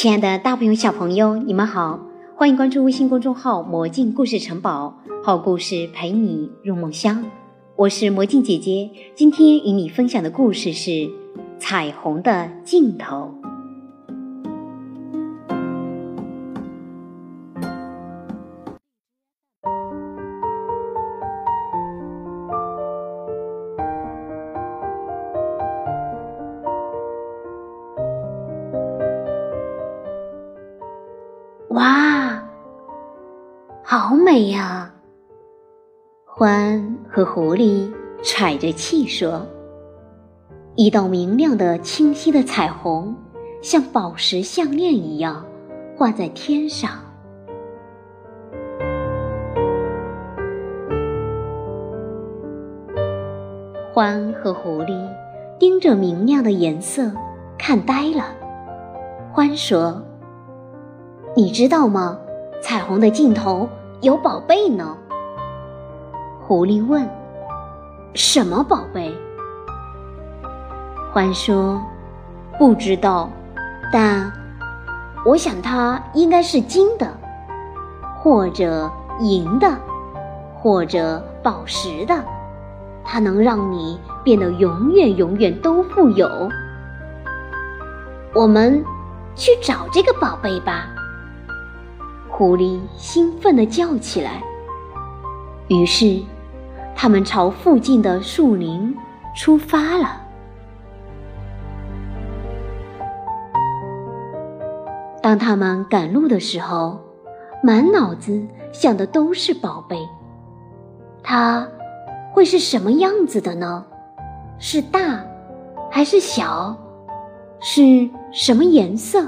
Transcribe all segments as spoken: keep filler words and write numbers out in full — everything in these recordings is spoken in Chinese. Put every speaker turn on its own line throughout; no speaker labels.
亲爱的大朋友小朋友，你们好，欢迎关注微信公众号魔镜故事城堡，好故事陪你入梦乡。我是魔镜姐姐，今天与你分享的故事是彩虹的尽头。哇，好美呀！獾和狐狸喘着气说，一道明亮的清晰的彩虹像宝石项链一样画在天上。獾和狐狸盯着明亮的颜色看呆了。獾说，你知道吗？彩虹的尽头有宝贝呢。狐狸问，什么宝贝？獾说，不知道，但我想它应该是金的，或者银的，或者宝石的，它能让你变得永远永远都富有。我们去找这个宝贝吧。狐狸兴奋地叫起来。于是他们朝附近的树林出发了。当他们赶路的时候，满脑子想的都是宝贝。它会是什么样子的呢？是大还是小？是什么颜色？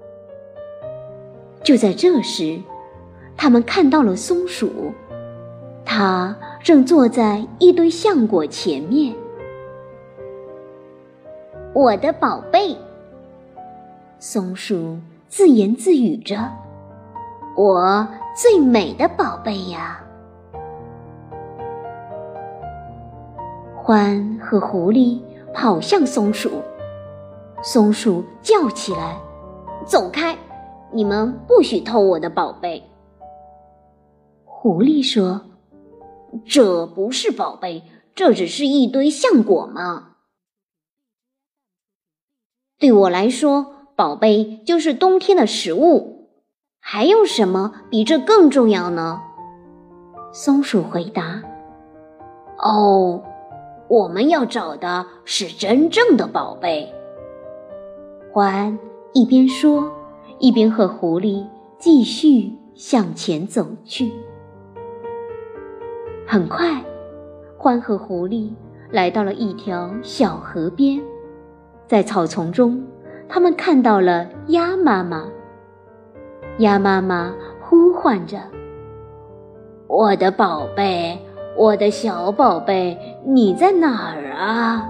就在这时，他们看到了松鼠，它正坐在一堆橡果前面。我的宝贝，松鼠自言自语着，我最美的宝贝呀。獾和狐狸跑向松鼠，松鼠叫起来，走开，你们不许偷我的宝贝。狐狸说，这不是宝贝，这只是一堆橡果嘛。对我来说，宝贝就是冬天的食物，还有什么比这更重要呢？松鼠回答，哦，我们要找的是真正的宝贝。獾一边说，一边和狐狸继续向前走去。很快，獾和狐狸来到了一条小河边，在草丛中，他们看到了鸭妈妈。鸭妈妈呼唤着，我的宝贝，我的小宝贝，你在哪儿啊？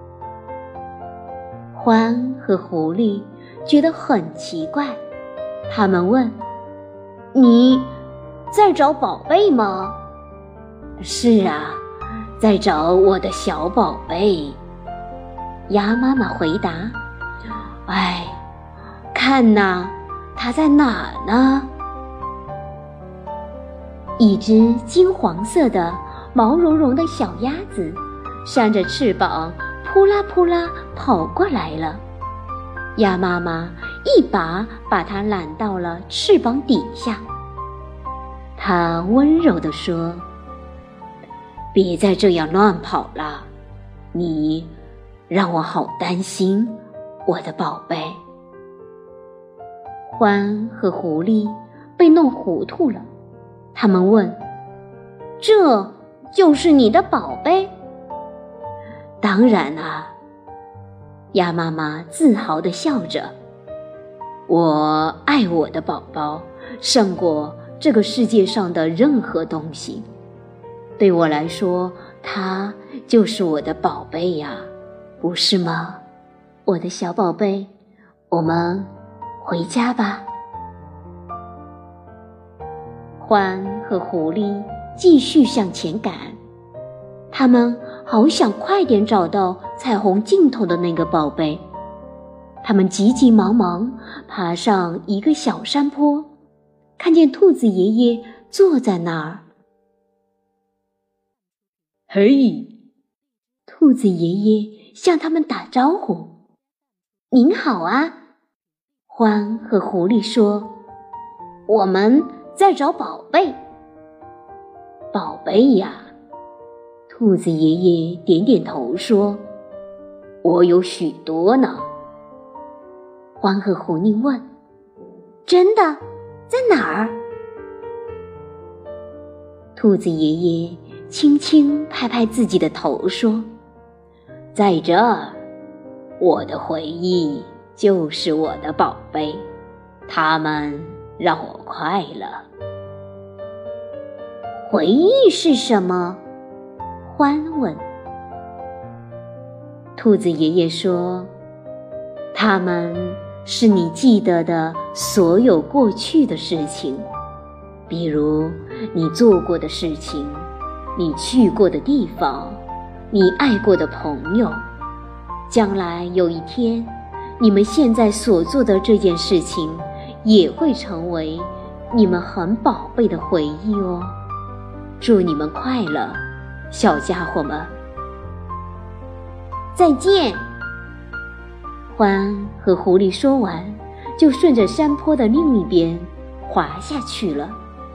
獾和狐狸觉得很奇怪，他们问，你在找宝贝吗？是啊，在找我的小宝贝。鸭妈妈回答，哎，看哪，它在哪儿呢？一只金黄色的毛茸茸的小鸭子扇着翅膀扑啦扑啦跑过来了。鸭妈妈一把把它揽到了翅膀底下。她温柔地说，别再这样乱跑了，你让我好担心，我的宝贝。獾和狐狸被弄糊涂了，他们问，这就是你的宝贝？当然啊，鸭妈妈自豪地笑着，我爱我的宝宝胜过这个世界上的任何东西。对我来说，它就是我的宝贝呀，不是吗？我的小宝贝，我们回家吧。獾和狐狸继续向前赶，他们好想快点找到彩虹尽头的那个宝贝。 他们急急忙忙爬上一个小山坡，看见兔子爷爷坐在那儿。
嘿，
兔子爷爷向他们打招呼。您好啊，獾和狐狸说，我们在找宝贝。宝贝呀，兔子爷爷点点头说，我有许多呢。獾和狐狸问，真的？在哪儿？兔子爷爷轻轻拍拍自己的头说，在这儿，我的回忆就是我的宝贝，它们让我快乐。回忆是什么？獾问。兔子爷爷说，它们是你记得的所有过去的事情，比如你做过的事情，你去过的地方，你爱过的朋友。将来有一天，你们现在所做的这件事情也会成为你们很宝贝的回忆哦。祝你们快乐，小家伙们。再见。獾和狐狸说完，就顺着山坡的另一边滑下去了。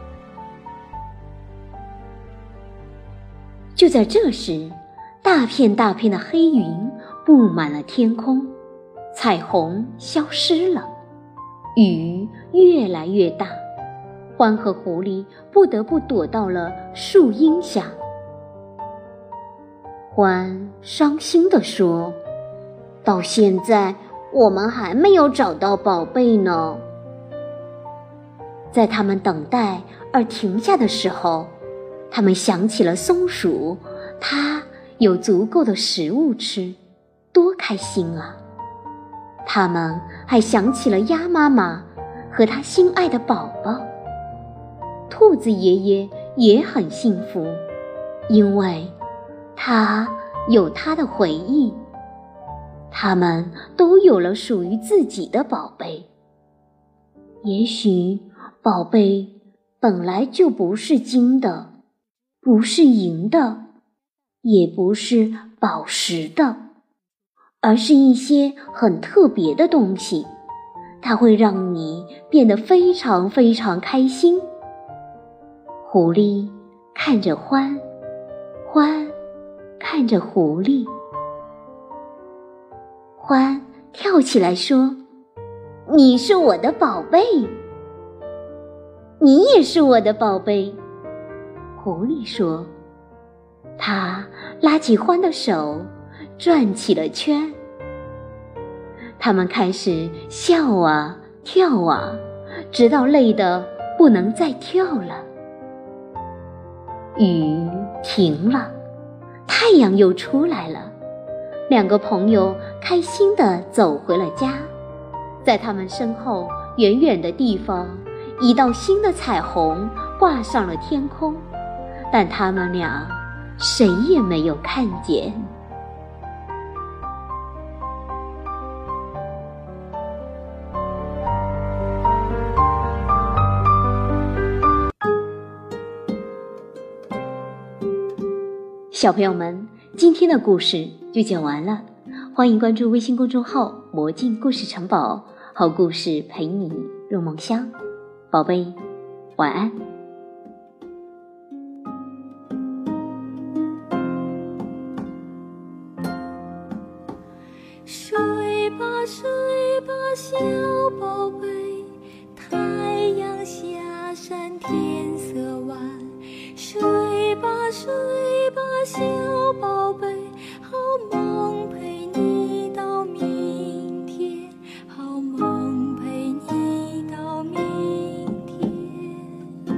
就在这时，大片大片的黑云布满了天空，彩虹消失了，雨越来越大，獾和狐狸不得不躲到了树荫下。獾伤心地说，到现在我们还没有找到宝贝呢。在他们等待而停下的时候，他们想起了松鼠，它有足够的食物吃，多开心啊！他们还想起了鸭妈妈和她心爱的宝宝。兔子爷爷也很幸福，因为他有他的回忆，他们都有了属于自己的宝贝。也许宝贝本来就不是金的，不是银的，也不是宝石的，而是一些很特别的东西，它会让你变得非常非常开心。狐狸看着獾，獾看着狐狸。獾跳起来说，你是我的宝贝。你也是我的宝贝。狐狸说，他拉起獾的手，转起了圈。他们开始笑啊跳啊，直到累得不能再跳了。雨停了，太阳又出来了，两个朋友开心地走回了家。在他们身后远远的地方，一道新的彩虹挂上了天空，但他们俩谁也没有看见。小朋友们，今天的故事就讲完了，欢迎关注微信公众号魔镜故事城堡，好故事陪你入梦乡。宝贝，晚安。
睡吧睡吧小宝贝，太阳下山天色晚。睡吧睡吧小宝贝，好梦陪你到明天，好梦陪你到明天。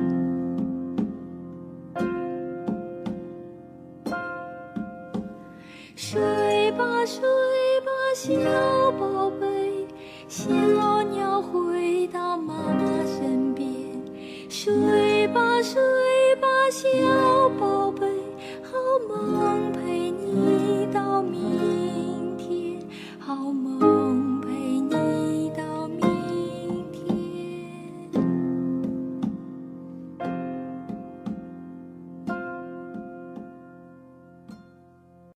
睡吧睡吧小宝贝，小鸟回到妈妈身边。睡吧睡吧小